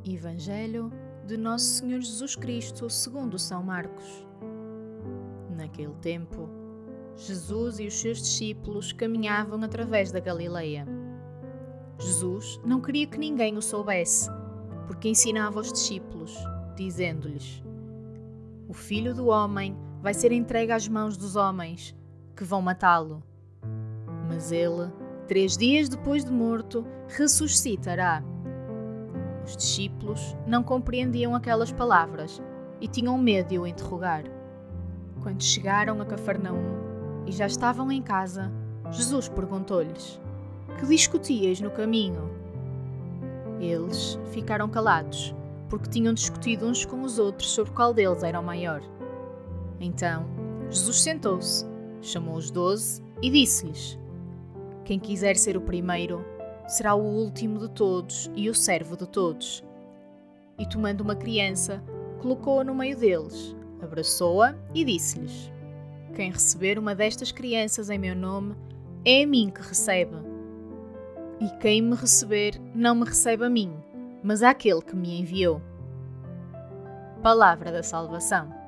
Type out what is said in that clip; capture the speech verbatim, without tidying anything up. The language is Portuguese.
Evangelho de Nosso Senhor Jesus Cristo segundo São Marcos. Naquele tempo, Jesus e os seus discípulos caminhavam através da Galileia. Jesus não queria que ninguém o soubesse, porque ensinava aos discípulos, dizendo-lhes: O Filho do Homem vai ser entregue às mãos dos homens, que vão matá-lo. Mas ele, três dias depois de morto, ressuscitará. Os discípulos não compreendiam aquelas palavras e tinham medo de o interrogar. Quando chegaram a Cafarnaum e já estavam em casa, Jesus perguntou-lhes: Que discutíeis no caminho? Eles ficaram calados, porque tinham discutido uns com os outros sobre qual deles era o maior. Então, Jesus sentou-se, chamou os doze e disse-lhes: Quem quiser ser o primeiro, será o último de todos e o servo de todos. E tomando uma criança, colocou-a no meio deles, abraçou-a e disse-lhes: Quem receber uma destas crianças em meu nome, é a mim que recebe. E quem me receber, não me recebe a mim, mas àquele que me enviou. Palavra da salvação.